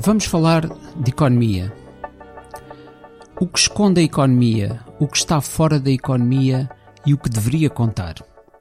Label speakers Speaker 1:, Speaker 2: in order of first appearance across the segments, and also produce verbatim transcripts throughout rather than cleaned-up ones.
Speaker 1: Vamos falar de economia. O que esconde a economia, o que está fora da economia e o que deveria contar.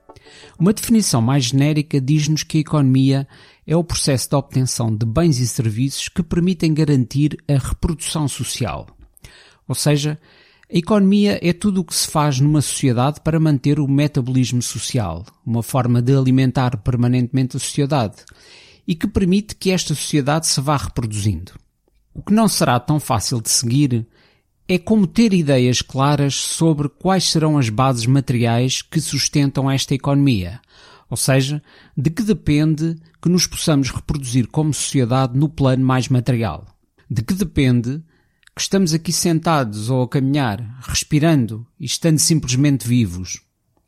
Speaker 1: Uma definição mais genérica diz-nos que a economia é o processo de obtenção de bens e serviços que permitem garantir a reprodução social. Ou seja, a economia é tudo o que se faz numa sociedade para manter o metabolismo social, uma forma de alimentar permanentemente a sociedade, e que permite que esta sociedade se vá reproduzindo. O que não será tão fácil de seguir é como ter ideias claras sobre quais serão as bases materiais que sustentam esta economia, ou seja, de que depende que nos possamos reproduzir como sociedade no plano mais material. De que depende que estamos aqui sentados ou a caminhar, respirando e estando simplesmente vivos.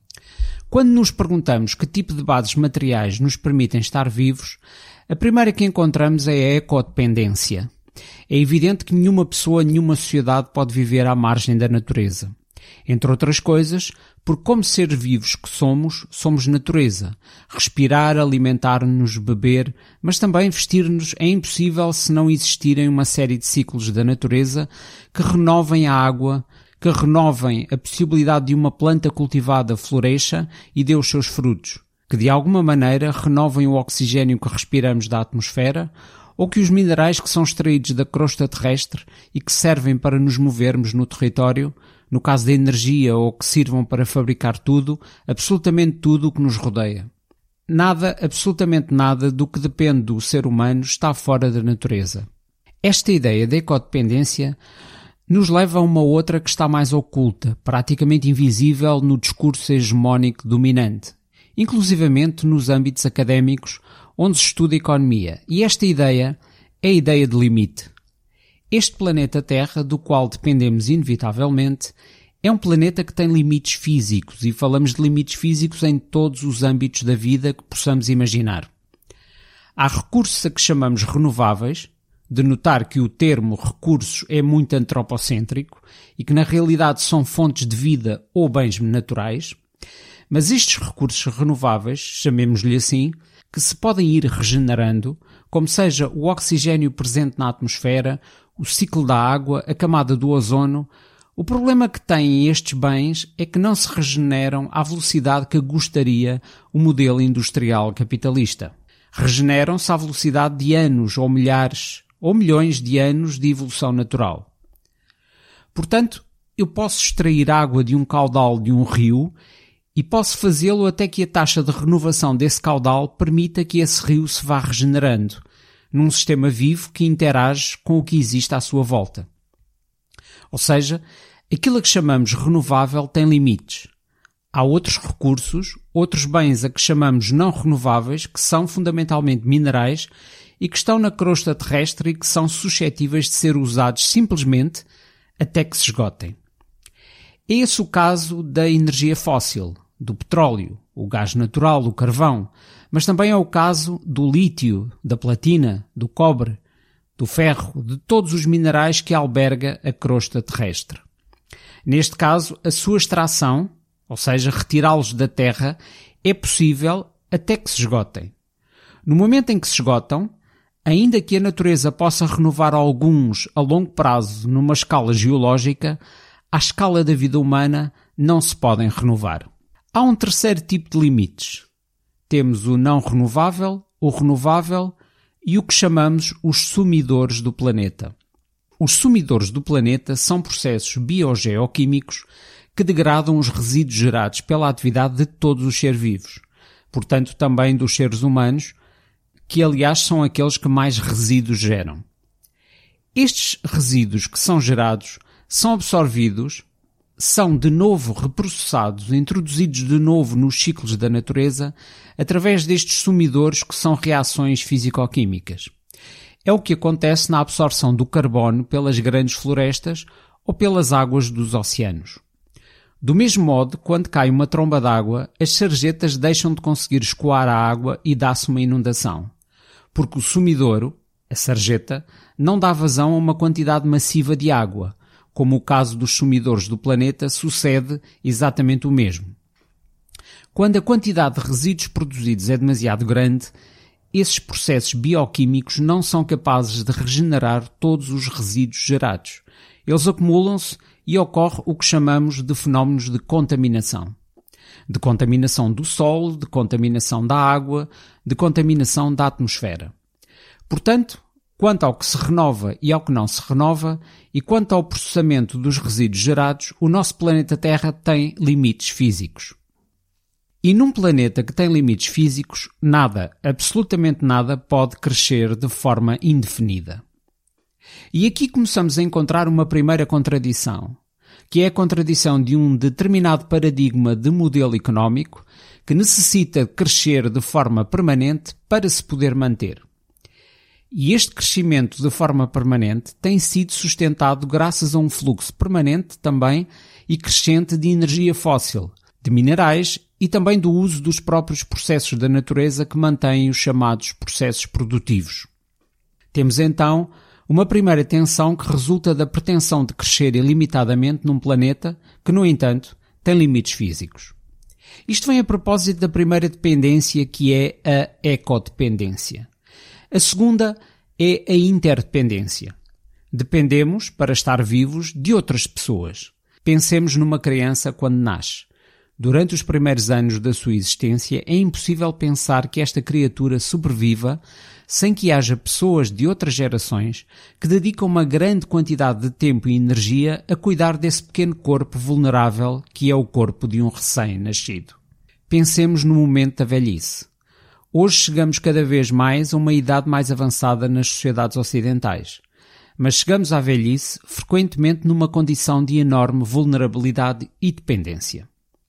Speaker 1: Quando nos perguntamos que tipo de bases materiais nos permitem estar vivos, a primeira que encontramos é a ecodependência. É evidente que nenhuma pessoa, nenhuma sociedade pode viver à margem da natureza. Entre outras coisas, porque como seres vivos que somos, somos natureza. Respirar, alimentar-nos, beber, mas também vestir-nos é impossível se não existirem uma série de ciclos da natureza que renovem a água, que renovem a possibilidade de uma planta cultivada floresça e dê os seus frutos, que de alguma maneira renovem o oxigênio que respiramos da atmosfera, ou que os minerais que são extraídos da crosta terrestre e que servem para nos movermos no território, no caso da energia, ou que sirvam para fabricar tudo, absolutamente tudo o que nos rodeia. Nada, absolutamente nada do que depende do ser humano está fora da natureza. Esta ideia da ecodependência nos leva a uma outra que está mais oculta, praticamente invisível no discurso hegemónico dominante, inclusivamente nos âmbitos académicos onde se estuda economia. E esta ideia é a ideia de limite. Este planeta Terra, do qual dependemos inevitavelmente, é um planeta que tem limites físicos, e falamos de limites físicos em todos os âmbitos da vida que possamos imaginar. Há recursos a que chamamos renováveis, de notar que o termo recursos é muito antropocêntrico e que na realidade são fontes de vida ou bens naturais, mas estes recursos renováveis, chamemos-lhe assim, que se podem ir regenerando, como seja o oxigênio presente na atmosfera, o ciclo da água, a camada do ozono. O problema que têm estes bens é que não se regeneram à velocidade que gostaria o modelo industrial capitalista. Regeneram-se à velocidade de anos ou milhares ou milhões de anos de evolução natural. Portanto, eu posso extrair água de um caudal de um rio e posso fazê-lo até que a taxa de renovação desse caudal permita que esse rio se vá regenerando, num sistema vivo que interage com o que existe à sua volta. Ou seja, aquilo a que chamamos renovável tem limites. Há outros recursos, outros bens a que chamamos não renováveis, que são fundamentalmente minerais e que estão na crosta terrestre e que são suscetíveis de ser usados simplesmente até que se esgotem. É esse o caso da energia fóssil, do petróleo, o gás natural, o carvão, mas também é o caso do lítio, da platina, do cobre, do ferro, de todos os minerais que alberga a crosta terrestre. Neste caso, a sua extração, ou seja, retirá-los da terra, é possível até que se esgotem. No momento em que se esgotam, ainda que a natureza possa renovar alguns a longo prazo numa escala geológica, à escala da vida humana não se podem renovar. Há um terceiro tipo de limites. Temos o não renovável, o renovável e o que chamamos os sumidores do planeta. Os sumidores do planeta são processos biogeoquímicos que degradam os resíduos gerados pela atividade de todos os seres vivos, portanto também dos seres humanos, que aliás são aqueles que mais resíduos geram. Estes resíduos que são gerados são absorvidos, são de novo reprocessados, introduzidos de novo nos ciclos da natureza, através destes sumidores que são reações físico-químicas. É o que acontece na absorção do carbono pelas grandes florestas ou pelas águas dos oceanos. Do mesmo modo, quando cai uma tromba d'água, as sarjetas deixam de conseguir escoar a água e dá-se uma inundação, porque o sumidouro, a sarjeta, não dá vazão a uma quantidade massiva de água. Como o caso dos sumidores do planeta, sucede exatamente o mesmo. Quando a quantidade de resíduos produzidos é demasiado grande, esses processos bioquímicos não são capazes de regenerar todos os resíduos gerados. Eles acumulam-se e ocorre o que chamamos de fenómenos de contaminação. De contaminação do solo, de contaminação da água, de contaminação da atmosfera. Portanto, quanto ao que se renova e ao que não se renova, e quanto ao processamento dos resíduos gerados, o nosso planeta Terra tem limites físicos. E num planeta que tem limites físicos, nada, absolutamente nada, pode crescer de forma indefinida. E aqui começamos a encontrar uma primeira contradição, que é a contradição de um determinado paradigma de modelo económico que necessita crescer de forma permanente para se poder manter. E este crescimento de forma permanente tem sido sustentado graças a um fluxo permanente também e crescente de energia fóssil, de minerais e também do uso dos próprios processos da natureza que mantêm os chamados processos produtivos. Temos então uma primeira tensão que resulta da pretensão de crescer ilimitadamente num planeta que, no entanto, tem limites físicos. Isto vem a propósito da primeira dependência, que é a ecodependência. A segunda é a interdependência. Dependemos, para estar vivos, de outras pessoas. Pensemos numa criança quando nasce. Durante os primeiros anos da sua existência, é impossível pensar que esta criatura sobreviva sem que haja pessoas de outras gerações que dedicam uma grande quantidade de tempo e energia a cuidar desse pequeno corpo vulnerável que é o corpo de um recém-nascido. Pensemos no momento da velhice. Hoje chegamos cada vez mais a uma idade mais avançada nas sociedades ocidentais, mas chegamos à velhice frequentemente numa condição de enorme vulnerabilidade e dependência.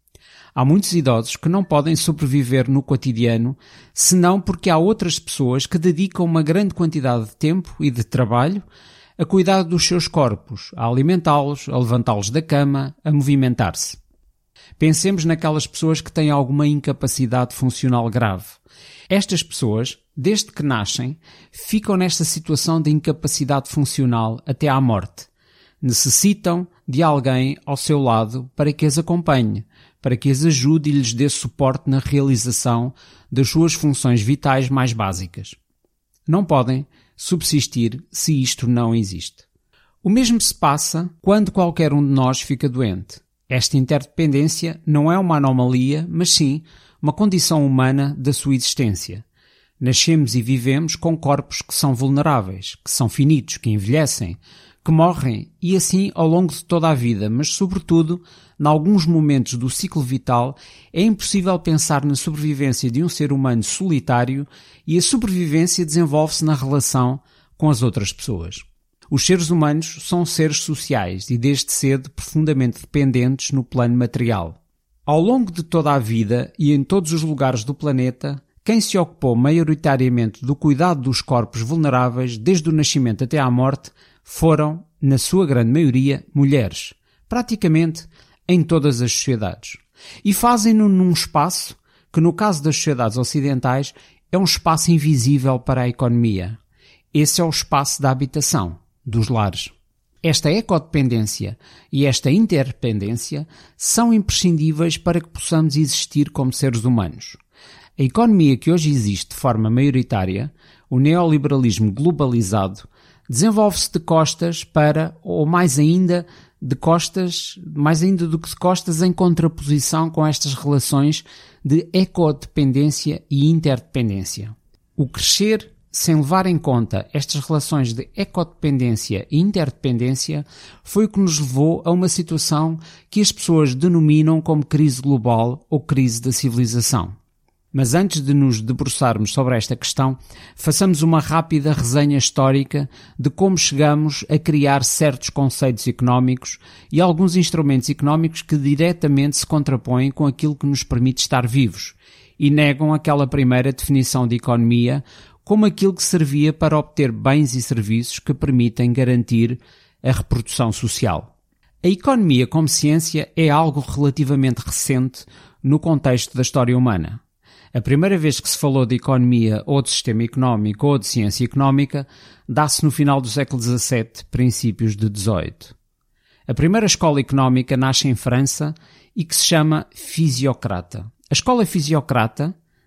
Speaker 1: Há muitos idosos que não podem sobreviver no cotidiano, senão porque há outras pessoas que dedicam uma grande quantidade de tempo e de trabalho a cuidar dos seus corpos, a alimentá-los, a levantá-los da cama, a movimentar-se. Pensemos naquelas pessoas que têm alguma incapacidade funcional grave. Estas pessoas, desde que nascem, ficam nesta situação de incapacidade funcional até à morte. Necessitam de alguém ao seu lado para que as acompanhe, para que as ajude e lhes dê suporte na realização das suas funções vitais mais básicas. Não podem subsistir se isto não existe. O mesmo se passa quando qualquer um de nós fica doente. Esta interdependência não é uma anomalia, mas sim uma condição humana da sua existência. Nascemos e vivemos com corpos que são vulneráveis, que são finitos, que envelhecem, que morrem e assim ao longo de toda a vida, mas sobretudo, em alguns momentos do ciclo vital, é impossível pensar na sobrevivência de um ser humano solitário e a sobrevivência desenvolve-se na relação com as outras pessoas. Os seres humanos são seres sociais e desde cedo profundamente dependentes no plano material. Ao longo de toda a vida e em todos os lugares do planeta, quem se ocupou maioritariamente do cuidado dos corpos vulneráveis desde o nascimento até à morte foram, na sua grande maioria, mulheres, praticamente em todas as sociedades. E fazem-no num espaço que, no caso das sociedades ocidentais, é um espaço invisível para a economia. Esse é o espaço da habitação, dos lares. Esta ecodependência e esta interdependência são imprescindíveis para que possamos existir como seres humanos. A economia que hoje existe de forma maioritária, o neoliberalismo globalizado, desenvolve-se de costas para, ou mais ainda, de costas, mais ainda do que de costas, em contraposição com estas relações de ecodependência e interdependência. O crescer sem levar em conta estas relações de ecodependência e interdependência foi o que nos levou a uma situação que as pessoas denominam como crise global ou crise da civilização. Mas antes de nos debruçarmos sobre esta questão, façamos uma rápida resenha histórica de como chegamos a criar certos conceitos económicos e alguns instrumentos económicos que diretamente se contrapõem com aquilo que nos permite estar vivos e negam aquela primeira definição de economia como aquilo que servia para obter bens e serviços que permitem garantir a reprodução social. A economia como ciência é algo relativamente recente no contexto da história humana. A primeira vez que se falou de economia ou de sistema económico ou de ciência económica dá-se no final do século dezassete, princípios de dezoito. A primeira escola económica nasce em França e que se chama Fisiocrata. A escola Fisiocrata,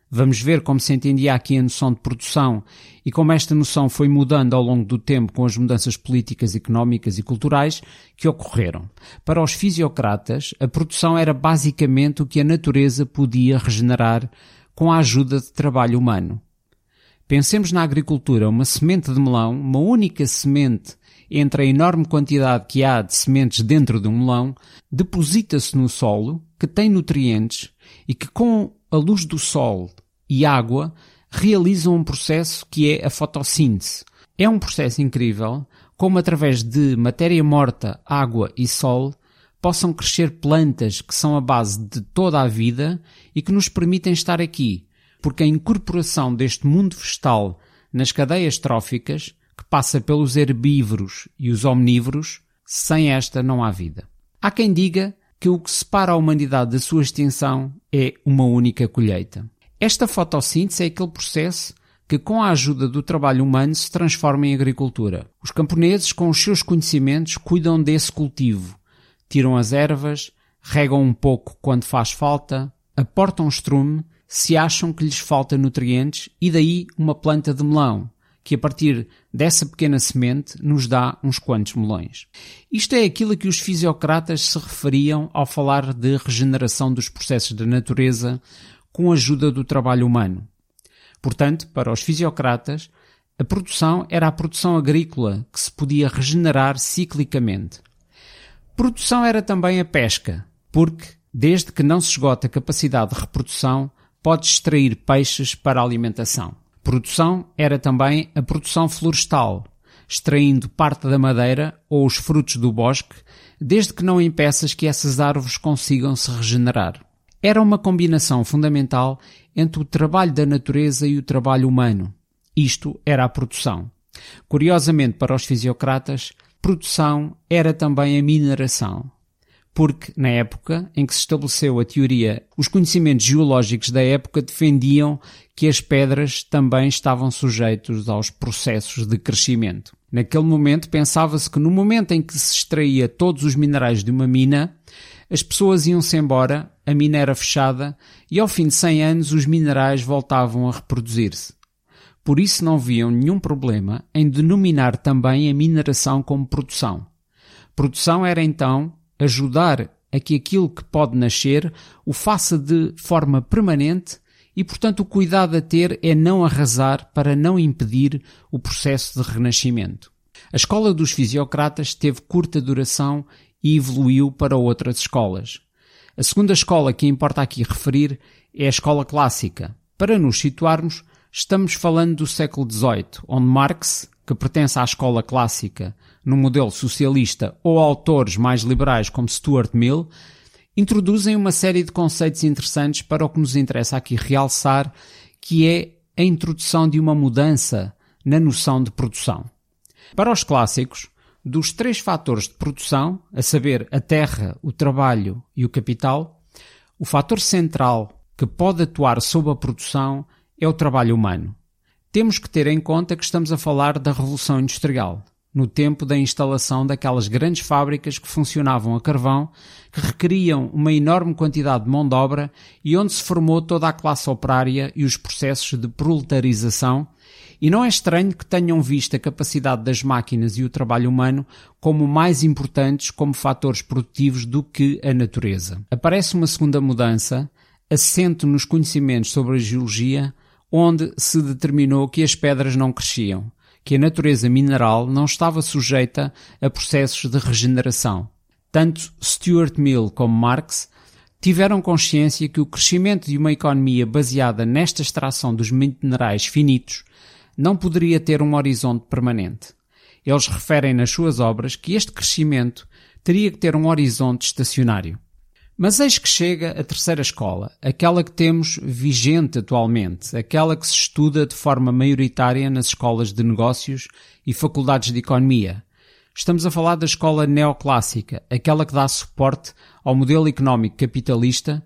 Speaker 1: Vamos ver como se entendia aqui a noção de produção e como esta noção foi mudando ao longo do tempo com as mudanças políticas, económicas e culturais que ocorreram. Para os fisiocratas, a produção era basicamente o que a natureza podia regenerar com a ajuda de trabalho humano. Pensemos na agricultura, uma semente de melão, uma única semente entre a enorme quantidade que há de sementes dentro de um melão, deposita-se no solo, que tem nutrientes e que com a luz do sol e água realizam um processo que é a fotossíntese. É um processo incrível, como através de matéria morta, água e sol, possam crescer plantas que são a base de toda a vida e que nos permitem estar aqui, porque a incorporação deste mundo vegetal nas cadeias tróficas, que passa pelos herbívoros e os omnívoros, sem esta não há vida. Há quem diga que o que separa a humanidade da sua extinção é uma única colheita. Esta fotossíntese é aquele processo que, com a ajuda do trabalho humano, se transforma em agricultura. Os camponeses, com os seus conhecimentos, cuidam desse cultivo. Tiram as ervas, regam um pouco quando faz falta, aportam estrume, se acham que lhes falta nutrientes, e daí uma planta de melão, que a partir dessa pequena semente nos dá uns quantos melões. Isto é aquilo a que os fisiocratas se referiam ao falar de regeneração dos processos da natureza com a ajuda do trabalho humano. Portanto, para os fisiocratas, a produção era a produção agrícola que se podia regenerar ciclicamente. Produção era também a pesca, porque, desde que não se esgota a capacidade de reprodução, pode extrair peixes para a alimentação. Produção era também a produção florestal, extraindo parte da madeira ou os frutos do bosque, desde que não impeças que essas árvores consigam se regenerar. Era uma combinação fundamental entre o trabalho da natureza e o trabalho humano. Isto era a produção. Curiosamente, para os fisiocratas, produção era também a mineração. Porque, na época em que se estabeleceu a teoria, os conhecimentos geológicos da época defendiam que as pedras também estavam sujeitos aos processos de crescimento. Naquele momento, pensava-se que no momento em que se extraía todos os minerais de uma mina, as pessoas iam-se embora, a mina era fechada e ao fim de cem anos os minerais voltavam a reproduzir-se. Por isso não viam nenhum problema em denominar também a mineração como produção. Produção era então ajudar a que aquilo que pode nascer o faça de forma permanente e, portanto, o cuidado a ter é não arrasar para não impedir o processo de renascimento. A escola dos fisiocratas teve curta duração e evoluiu para outras escolas. A segunda escola que importa aqui referir é a escola clássica. Para nos situarmos, estamos falando do século dezoito, onde Marx, que pertence à escola clássica no modelo socialista, ou autores mais liberais como Stuart Mill, introduzem uma série de conceitos interessantes para o que nos interessa aqui realçar, que é a introdução de uma mudança na noção de produção. Para os clássicos, dos três fatores de produção, a saber, a terra, o trabalho e o capital, o fator central que pode atuar sobre a produção é o trabalho humano. Temos que ter em conta que estamos a falar da Revolução Industrial, no tempo da instalação daquelas grandes fábricas que funcionavam a carvão, que requeriam uma enorme quantidade de mão de obra e onde se formou toda a classe operária e os processos de proletarização, e não é estranho que tenham visto a capacidade das máquinas e o trabalho humano como mais importantes como fatores produtivos do que a natureza. Aparece uma segunda mudança, assente nos conhecimentos sobre a geologia, onde se determinou que as pedras não cresciam, que a natureza mineral não estava sujeita a processos de regeneração. Tanto Stuart Mill como Marx tiveram consciência que o crescimento de uma economia baseada nesta extração dos minerais finitos não poderia ter um horizonte permanente. Eles referem nas suas obras que este crescimento teria que ter um horizonte estacionário. Mas eis que chega a terceira escola, aquela que temos vigente atualmente, aquela que se estuda de forma maioritária nas escolas de negócios e faculdades de economia. Estamos a falar da escola neoclássica, aquela que dá suporte ao modelo económico capitalista,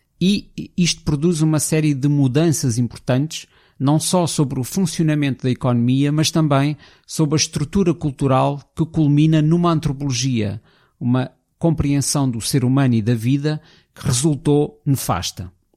Speaker 1: e isto produz uma série de mudanças importantes, não só sobre o funcionamento da economia, mas também sobre a estrutura cultural que culmina numa antropologia, uma compreensão do ser humano e da vida que resultou nefasta.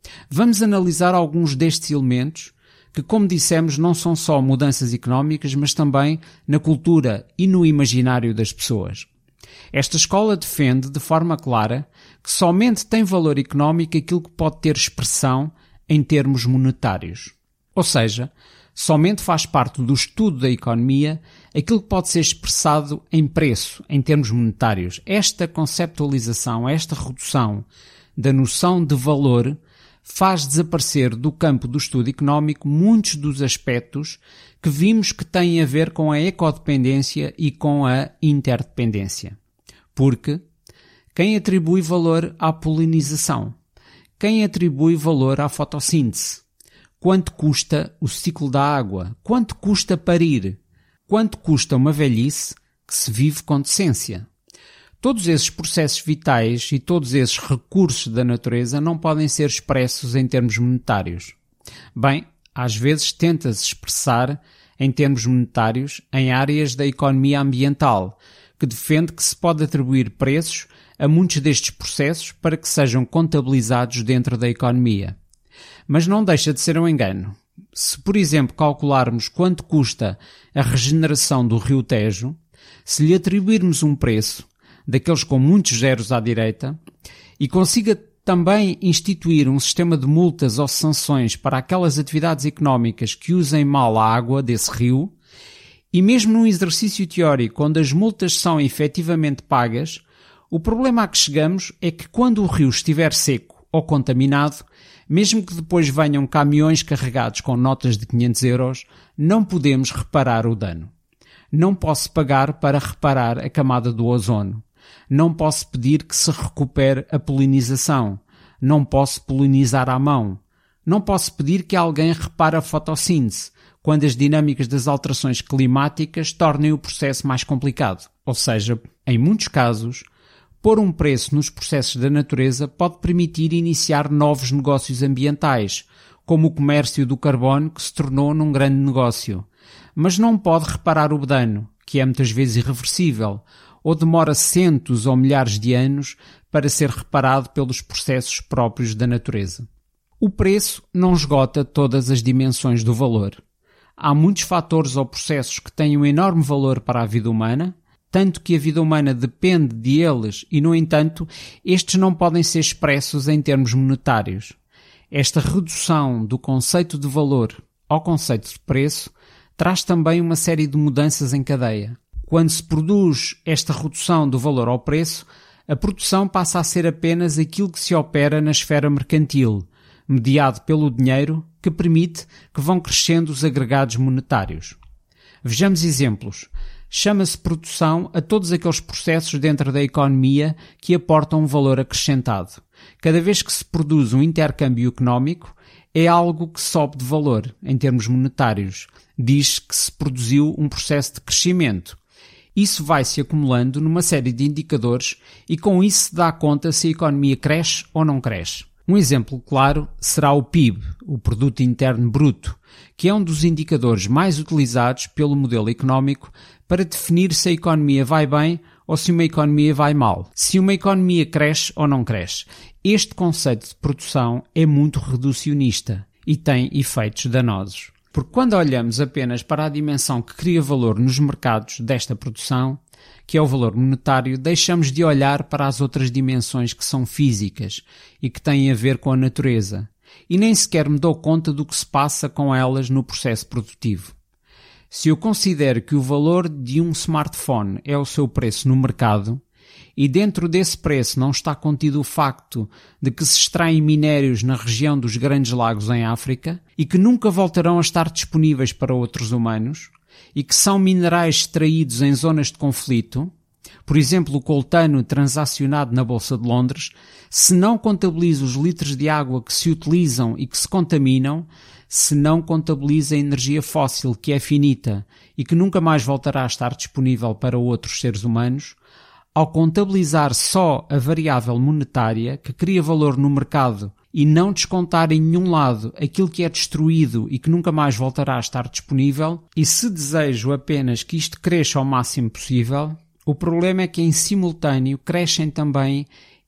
Speaker 1: Vamos analisar alguns destes elementos que, como dissemos, não são só mudanças económicas, mas também na cultura e no imaginário das pessoas. Esta escola defende de forma clara que somente tem valor económico aquilo que pode ter expressão em termos monetários. Ou seja, somente faz parte do estudo da economia aquilo que pode ser expressado em preço, em termos monetários. Esta conceptualização, esta redução da noção de valor faz desaparecer do campo do estudo económico muitos dos aspectos que vimos que têm a ver com a ecodependência e com a interdependência. Porque quem atribui valor à polinização? Quem atribui valor à fotossíntese? Quanto custa o ciclo da água? Quanto custa parir? Quanto custa uma velhice que se vive com decência? Todos esses processos vitais e todos esses recursos da natureza não podem ser expressos em termos monetários. Bem, às vezes tenta-se expressar em termos monetários em áreas da economia ambiental, que defende que se pode atribuir preços a muitos destes processos para que sejam contabilizados dentro da economia. Mas não deixa de ser um engano. Se, por exemplo, calcularmos quanto custa a regeneração do Rio Tejo, se lhe atribuirmos um preço, daqueles com muitos zeros à direita, e consiga também instituir um sistema de multas ou sanções para aquelas atividades económicas que usem mal a água desse rio, e mesmo num exercício teórico onde as multas são efetivamente pagas, o problema a que chegamos é que quando o rio estiver seco ou contaminado, mesmo que depois venham caminhões carregados com notas de quinhentos euros, não podemos reparar o dano. Não posso pagar para reparar a camada do ozono. Não posso pedir que se recupere a polinização. Não posso polinizar à mão. Não posso pedir que alguém repare a fotossíntese, quando as dinâmicas das alterações climáticas tornem o processo mais complicado. Ou seja, em muitos casos, pôr um preço nos processos da natureza pode permitir iniciar novos negócios ambientais, como o comércio do carbono que se tornou num grande negócio. Mas não pode reparar o dano, que é muitas vezes irreversível, ou demora centos ou milhares de anos para ser reparado pelos processos próprios da natureza. O preço não esgota todas as dimensões do valor. Há muitos fatores ou processos que têm um enorme valor para a vida humana, tanto que a vida humana depende deles e, no entanto, estes não podem ser expressos em termos monetários. Esta redução do conceito de valor ao conceito de preço traz também uma série de mudanças em cadeia. Quando se produz esta redução do valor ao preço, a produção passa a ser apenas aquilo que se opera na esfera mercantil, mediado pelo dinheiro, que permite que vão crescendo os agregados monetários. Vejamos exemplos. Chama-se produção a todos aqueles processos dentro da economia que aportam um valor acrescentado. Cada vez que se produz um intercâmbio económico, é algo que sobe de valor, em termos monetários. Diz que se produziu um processo de crescimento. Isso vai-se acumulando numa série de indicadores e com isso se dá conta se a economia cresce ou não cresce. Um exemplo claro será o P I B, o Produto Interno Bruto, que é um dos indicadores mais utilizados pelo modelo económico para definir se a economia vai bem ou se uma economia vai mal, se uma economia cresce ou não cresce. Este conceito de produção é muito reducionista e tem efeitos danosos. Porque quando olhamos apenas para a dimensão que cria valor nos mercados desta produção, que é o valor monetário, deixamos de olhar para as outras dimensões que são físicas e que têm a ver com a natureza, e nem sequer me dou conta do que se passa com elas no processo produtivo. Se eu considero que o valor de um smartphone é o seu preço no mercado, e dentro desse preço não está contido o facto de que se extraem minérios na região dos Grandes Lagos em África e que nunca voltarão a estar disponíveis para outros humanos, e que são minerais extraídos em zonas de conflito, por exemplo o coltano transacionado na Bolsa de Londres, se não contabiliza os litros de água que se utilizam e que se contaminam, se não contabiliza a energia fóssil que é finita e que nunca mais voltará a estar disponível para outros seres humanos, ao contabilizar só a variável monetária que cria valor no mercado e não descontar em nenhum lado aquilo que é destruído e que nunca mais voltará a estar disponível, e se desejo apenas que isto cresça ao máximo possível, o problema é que em simultâneo crescem também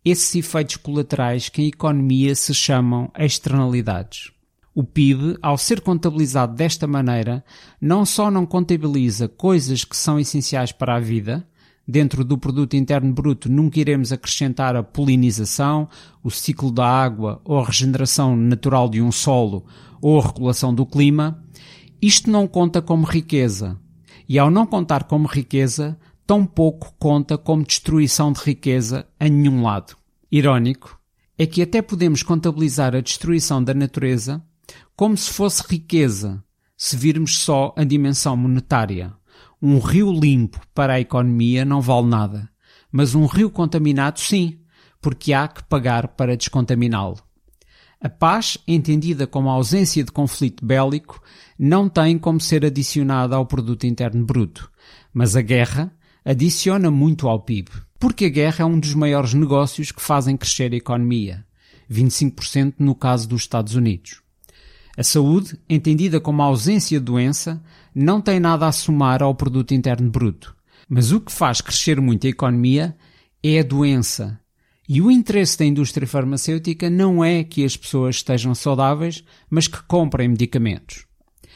Speaker 1: esses efeitos colaterais que em economia se chamam externalidades. O P I B, ao ser contabilizado desta maneira, não só não contabiliza coisas que são essenciais para a vida. Dentro do produto interno bruto nunca iremos acrescentar a polinização, o ciclo da água ou a regeneração natural de um solo ou a regulação do clima. Isto não conta como riqueza. E ao não contar como riqueza, tão pouco conta como destruição de riqueza a nenhum lado. Irónico é que até podemos contabilizar a destruição da natureza como se fosse riqueza, se virmos só a dimensão monetária. Um rio limpo para a economia não vale nada, mas um rio contaminado sim, porque há que pagar para descontaminá-lo. A paz, entendida como a ausência de conflito bélico, não tem como ser adicionada ao produto interno bruto, mas a guerra adiciona muito ao P I B, porque a guerra é um dos maiores negócios que fazem crescer a economia, vinte e cinco por cento no caso dos Estados Unidos. A saúde, entendida como a ausência de doença, não tem nada a somar ao produto interno bruto, mas o que faz crescer muito a economia é a doença. E o interesse da indústria farmacêutica não é que as pessoas estejam saudáveis, mas que comprem medicamentos.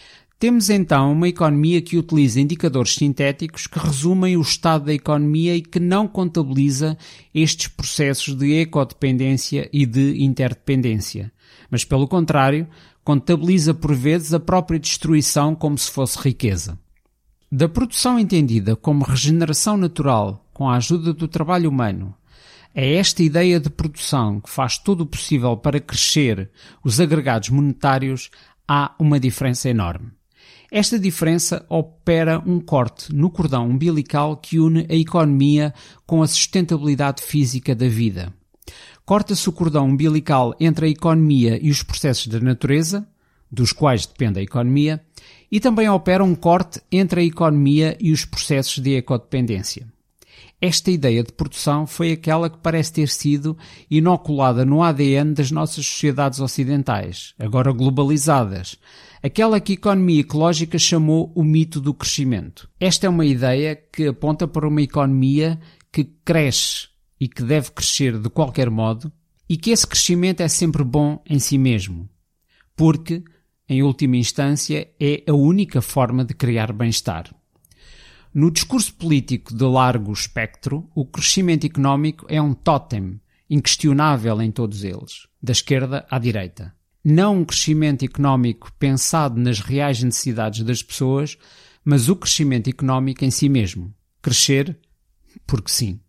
Speaker 1: Temos então uma economia que utiliza indicadores sintéticos que resumem o estado da economia e que não contabiliza estes processos de ecodependência e de interdependência, mas pelo contrário, contabiliza por vezes a própria destruição como se fosse riqueza. Da produção entendida como regeneração natural com a ajuda do trabalho humano, é esta ideia de produção que faz tudo o possível para crescer os agregados monetários, há uma diferença enorme. Esta diferença opera um corte no cordão umbilical que une a economia com a sustentabilidade física da vida. Corta-se o cordão umbilical entre a economia e os processos da natureza, dos quais depende a economia, e também opera um corte entre a economia e os processos de ecodependência. Esta ideia de produção foi aquela que parece ter sido inoculada no A D N das nossas sociedades ocidentais, agora globalizadas, aquela que a economia ecológica chamou o mito do crescimento. Esta é uma ideia que aponta para uma economia que cresce e que deve crescer de qualquer modo, e que esse crescimento é sempre bom em si mesmo, porque, em última instância, é a única forma de criar bem-estar. No discurso político de largo espectro, o crescimento económico é um tótem inquestionável em todos eles, da esquerda à direita. Não um crescimento económico pensado nas reais necessidades das pessoas, mas o crescimento económico em si mesmo. Crescer porque sim.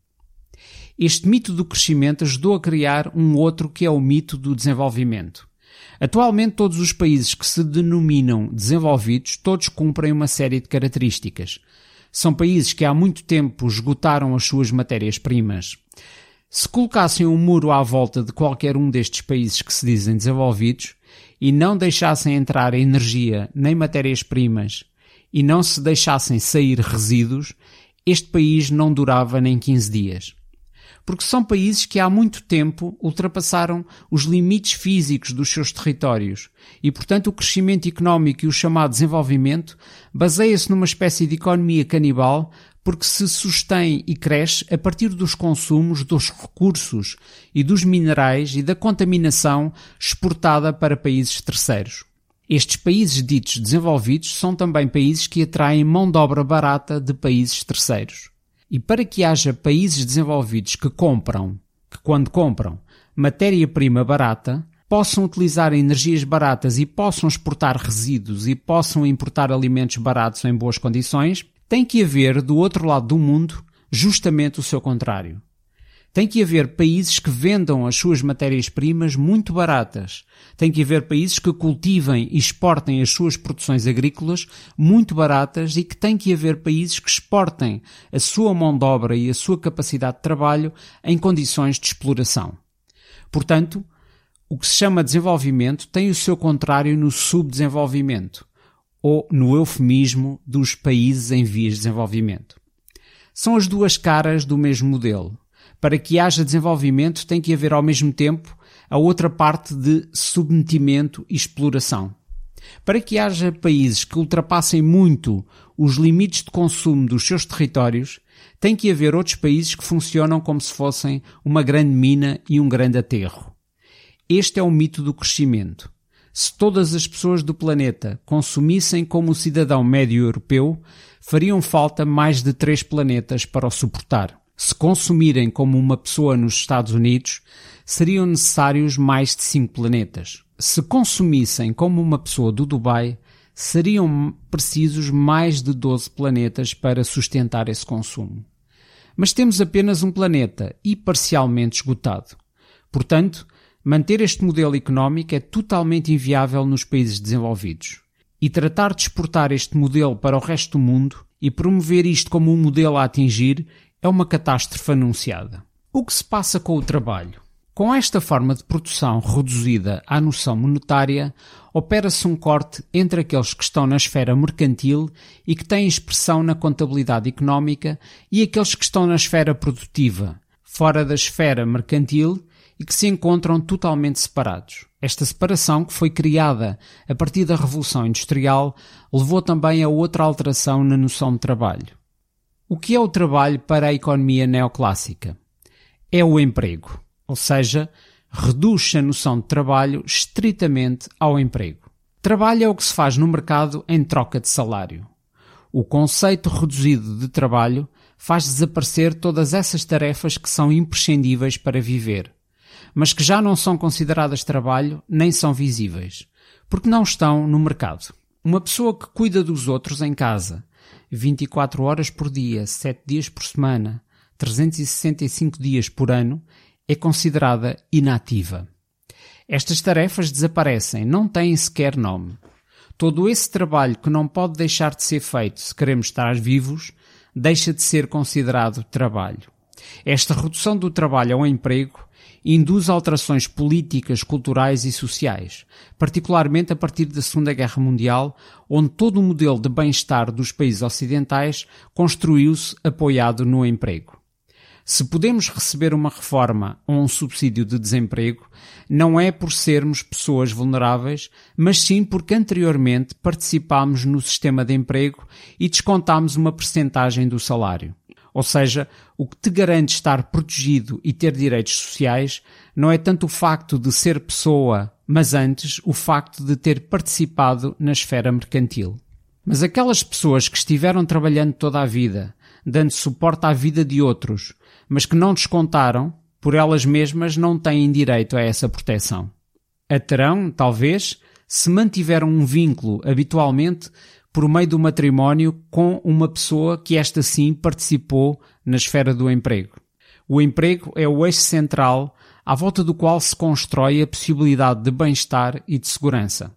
Speaker 1: Este mito do crescimento ajudou a criar um outro que é o mito do desenvolvimento. Atualmente todos os países que se denominam desenvolvidos, todos cumprem uma série de características. São países que há muito tempo esgotaram as suas matérias-primas. Se colocassem um muro à volta de qualquer um destes países que se dizem desenvolvidos e não deixassem entrar energia nem matérias-primas e não se deixassem sair resíduos, este país não durava nem quinze dias. Porque são países que há muito tempo ultrapassaram os limites físicos dos seus territórios e, portanto, o crescimento económico e o chamado desenvolvimento baseia-se numa espécie de economia canibal porque se sustém e cresce a partir dos consumos, dos recursos e dos minerais e da contaminação exportada para países terceiros. Estes países ditos desenvolvidos são também países que atraem mão de obra barata de países terceiros. E para que haja países desenvolvidos que compram, que quando compram, matéria-prima barata, possam utilizar energias baratas e possam exportar resíduos e possam importar alimentos baratos em boas condições, tem que haver, do outro lado do mundo, justamente o seu contrário. Tem que haver países que vendam as suas matérias-primas muito baratas. Tem que haver países que cultivem e exportem as suas produções agrícolas muito baratas e que tem que haver países que exportem a sua mão de obra e a sua capacidade de trabalho em condições de exploração. Portanto, o que se chama desenvolvimento tem o seu contrário no subdesenvolvimento, ou no eufemismo dos países em vias de desenvolvimento. São as duas caras do mesmo modelo. Para que haja desenvolvimento tem que haver ao mesmo tempo a outra parte de submetimento e exploração. Para que haja países que ultrapassem muito os limites de consumo dos seus territórios, tem que haver outros países que funcionam como se fossem uma grande mina e um grande aterro. Este é o mito do crescimento. Se todas as pessoas do planeta consumissem como o cidadão médio europeu, fariam falta mais de três planetas para o suportar. Se consumirem como uma pessoa nos Estados Unidos, seriam necessários mais de cinco planetas. Se consumissem como uma pessoa do Dubai, seriam precisos mais de doze planetas para sustentar esse consumo. Mas temos apenas um planeta e parcialmente esgotado. Portanto, manter este modelo económico é totalmente inviável nos países desenvolvidos. E tratar de exportar este modelo para o resto do mundo e promover isto como um modelo a atingir é uma catástrofe anunciada. O que se passa com o trabalho? Com esta forma de produção reduzida à noção monetária, opera-se um corte entre aqueles que estão na esfera mercantil e que têm expressão na contabilidade económica e aqueles que estão na esfera produtiva, fora da esfera mercantil, e que se encontram totalmente separados. Esta separação, que foi criada a partir da Revolução Industrial, levou também a outra alteração na noção de trabalho. O que é o trabalho para a economia neoclássica? É o emprego, ou seja, reduz-se a noção de trabalho estritamente ao emprego. Trabalho é o que se faz no mercado em troca de salário. O conceito reduzido de trabalho faz desaparecer todas essas tarefas que são imprescindíveis para viver, mas que já não são consideradas trabalho nem são visíveis, porque não estão no mercado. Uma pessoa que cuida dos outros em casa, vinte e quatro horas por dia, sete dias por semana, trezentos e sessenta e cinco dias por ano, é considerada inativa. Estas tarefas desaparecem, não têm sequer nome. Todo esse trabalho que não pode deixar de ser feito se queremos estar vivos, deixa de ser considerado trabalho. Esta redução do trabalho ao emprego induz alterações políticas, culturais e sociais, particularmente a partir da Segunda Guerra Mundial, onde todo o modelo de bem-estar dos países ocidentais construiu-se apoiado no emprego. Se podemos receber uma reforma ou um subsídio de desemprego, não é por sermos pessoas vulneráveis, mas sim porque anteriormente participámos no sistema de emprego e descontámos uma percentagem do salário. Ou seja, o que te garante estar protegido e ter direitos sociais não é tanto o facto de ser pessoa, mas antes o facto de ter participado na esfera mercantil. Mas aquelas pessoas que estiveram trabalhando toda a vida, dando suporte à vida de outros, mas que não descontaram, por elas mesmas não têm direito a essa proteção. A terão, talvez, se mantiveram um vínculo habitualmente por meio do matrimónio com uma pessoa que esta sim participou na esfera do emprego. O emprego é o eixo central à volta do qual se constrói a possibilidade de bem-estar e de segurança.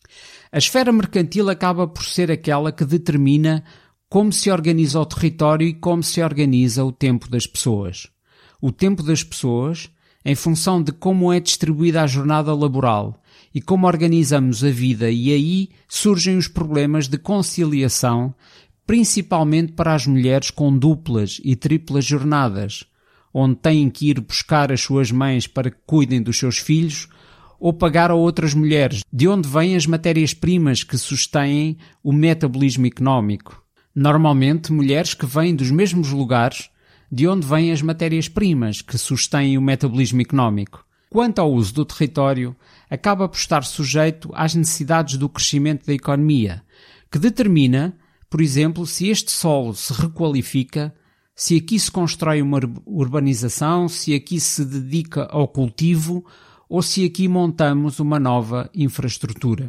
Speaker 1: A esfera mercantil acaba por ser aquela que determina como se organiza o território e como se organiza o tempo das pessoas. O tempo das pessoas, em função de como é distribuída a jornada laboral e como organizamos a vida, e aí surgem os problemas de conciliação, principalmente para as mulheres com duplas e triplas jornadas, onde têm que ir buscar as suas mães para que cuidem dos seus filhos ou pagar a outras mulheres, de onde vêm as matérias-primas que sustêm o metabolismo económico. Normalmente, mulheres que vêm dos mesmos lugares de onde vêm as matérias-primas que sustêm o metabolismo económico. Quanto ao uso do território, acaba por estar sujeito às necessidades do crescimento da economia, que determina, por exemplo, se este solo se requalifica, se aqui se constrói uma urbanização, se aqui se dedica ao cultivo ou se aqui montamos uma nova infraestrutura.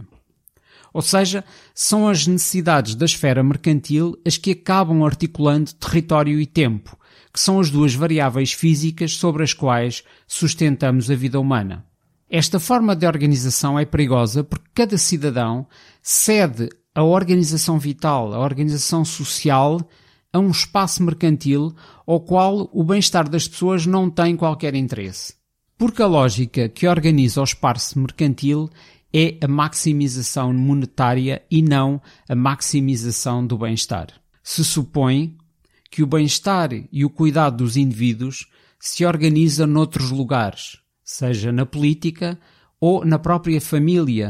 Speaker 1: Ou seja, são as necessidades da esfera mercantil as que acabam articulando território e tempo, que são as duas variáveis físicas sobre as quais sustentamos a vida humana. Esta forma de organização é perigosa porque cada cidadão cede a organização vital, a organização social, a um espaço mercantil ao qual o bem-estar das pessoas não tem qualquer interesse. Porque a lógica que organiza o espaço mercantil é a maximização monetária e não a maximização do bem-estar. Se supõe que o bem-estar e o cuidado dos indivíduos se organiza noutros lugares, seja na política ou na própria família,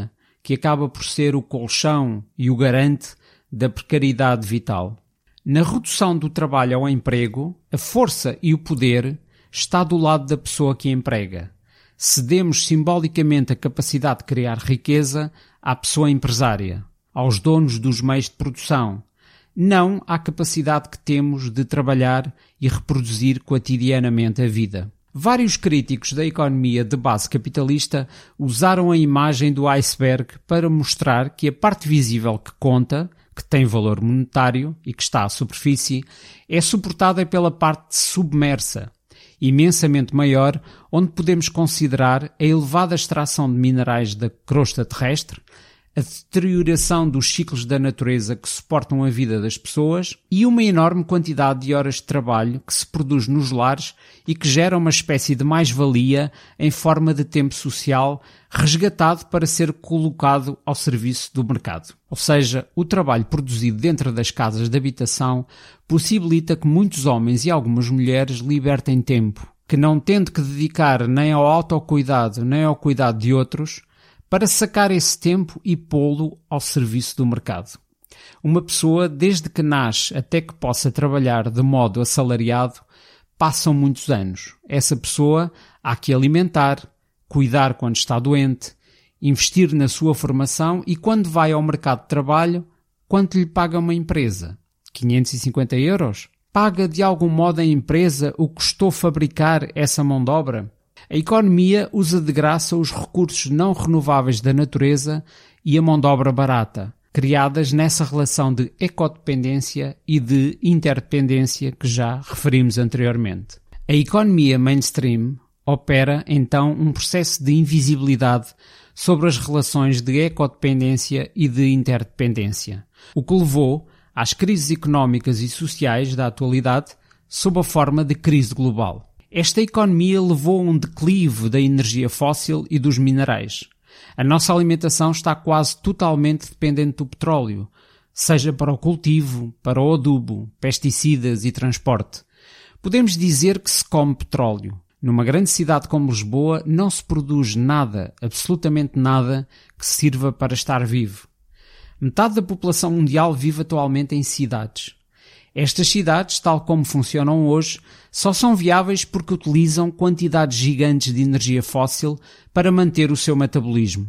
Speaker 1: que acaba por ser o colchão e o garante da precariedade vital. Na redução do trabalho ao emprego, a força e o poder está do lado da pessoa que emprega. Cedemos simbolicamente a capacidade de criar riqueza à pessoa empresária, aos donos dos meios de produção, não à capacidade que temos de trabalhar e reproduzir quotidianamente a vida. Vários críticos da economia de base capitalista usaram a imagem do iceberg para mostrar que a parte visível que conta, que tem valor monetário e que está à superfície, é suportada pela parte submersa, imensamente maior, onde podemos considerar a elevada extração de minerais da crosta terrestre, a deterioração dos ciclos da natureza que suportam a vida das pessoas e uma enorme quantidade de horas de trabalho que se produz nos lares e que gera uma espécie de mais-valia em forma de tempo social resgatado para ser colocado ao serviço do mercado. Ou seja, o trabalho produzido dentro das casas de habitação possibilita que muitos homens e algumas mulheres libertem tempo, que não tendo que dedicar nem ao autocuidado nem ao cuidado de outros, para sacar esse tempo e pô-lo ao serviço do mercado. Uma pessoa, desde que nasce até que possa trabalhar de modo assalariado, passam muitos anos. Essa pessoa há que alimentar, cuidar quando está doente, investir na sua formação e quando vai ao mercado de trabalho, quanto lhe paga uma empresa? quinhentos e cinquenta euros? Paga de algum modo a empresa o que custou fabricar essa mão de obra? A economia usa de graça os recursos não renováveis da natureza e a mão de obra barata, criadas nessa relação de ecodependência e de interdependência que já referimos anteriormente. A economia mainstream opera, então, um processo de invisibilidade sobre as relações de ecodependência e de interdependência, o que levou às crises económicas e sociais da atualidade sob a forma de crise global. Esta economia levou a um declive da energia fóssil e dos minerais. A nossa alimentação está quase totalmente dependente do petróleo, seja para o cultivo, para o adubo, pesticidas e transporte. Podemos dizer que se come petróleo. Numa grande cidade como Lisboa não se produz nada, absolutamente nada, que sirva para estar vivo. Metade da população mundial vive atualmente em cidades. Estas cidades, tal como funcionam hoje, só são viáveis porque utilizam quantidades gigantes de energia fóssil para manter o seu metabolismo.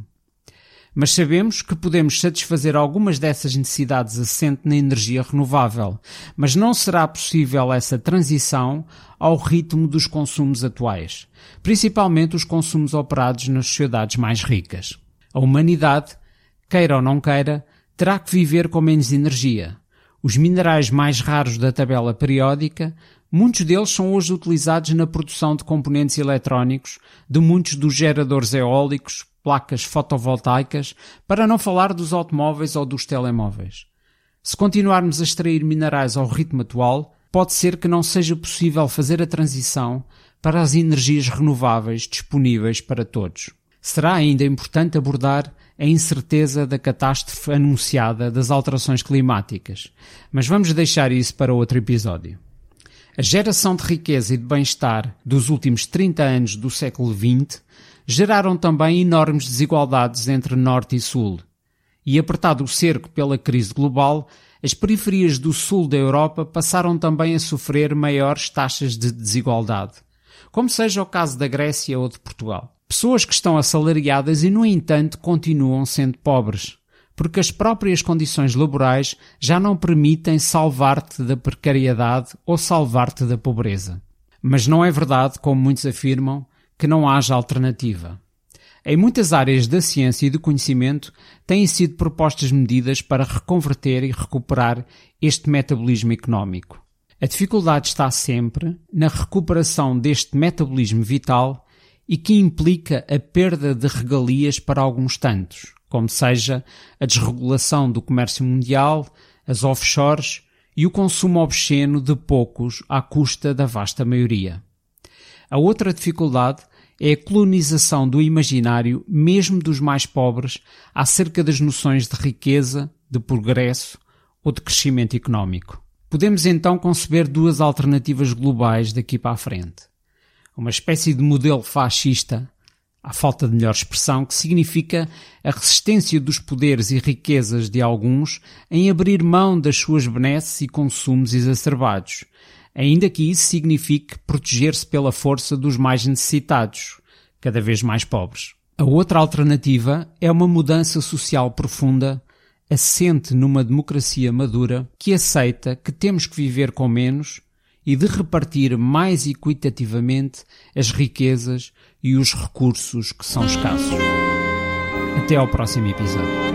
Speaker 1: Mas sabemos que podemos satisfazer algumas dessas necessidades assente na energia renovável, mas não será possível essa transição ao ritmo dos consumos atuais, principalmente os consumos operados nas sociedades mais ricas. A humanidade, queira ou não queira, terá que viver com menos energia. Os minerais mais raros da tabela periódica, muitos deles são hoje utilizados na produção de componentes eletrónicos, de muitos dos geradores eólicos, placas fotovoltaicas, para não falar dos automóveis ou dos telemóveis. Se continuarmos a extrair minerais ao ritmo atual, pode ser que não seja possível fazer a transição para as energias renováveis disponíveis para todos. Será ainda importante abordar a incerteza da catástrofe anunciada das alterações climáticas, mas vamos deixar isso para outro episódio. A geração de riqueza e de bem-estar dos últimos trinta anos do século vinte geraram também enormes desigualdades entre Norte e Sul. E apertado o cerco pela crise global, as periferias do Sul da Europa passaram também a sofrer maiores taxas de desigualdade, como seja o caso da Grécia ou de Portugal. Pessoas que estão assalariadas e, no entanto, continuam sendo pobres, porque as próprias condições laborais já não permitem salvar-te da precariedade ou salvar-te da pobreza. Mas não é verdade, como muitos afirmam, que não haja alternativa. Em muitas áreas da ciência e do conhecimento têm sido propostas medidas para reconverter e recuperar este metabolismo económico. A dificuldade está sempre na recuperação deste metabolismo vital e que implica a perda de regalias para alguns tantos, como seja a desregulação do comércio mundial, as offshores e o consumo obsceno de poucos à custa da vasta maioria. A outra dificuldade é a colonização do imaginário, mesmo dos mais pobres, acerca das noções de riqueza, de progresso ou de crescimento económico. Podemos então conceber duas alternativas globais daqui para a frente. Uma espécie de modelo fascista, à falta de melhor expressão, que significa a resistência dos poderes e riquezas de alguns em abrir mão das suas benesses e consumos exacerbados, ainda que isso signifique proteger-se pela força dos mais necessitados, cada vez mais pobres. A outra alternativa é uma mudança social profunda, assente numa democracia madura que aceita que temos que viver com menos e de repartir mais equitativamente as riquezas e os recursos que são escassos. Até ao próximo episódio.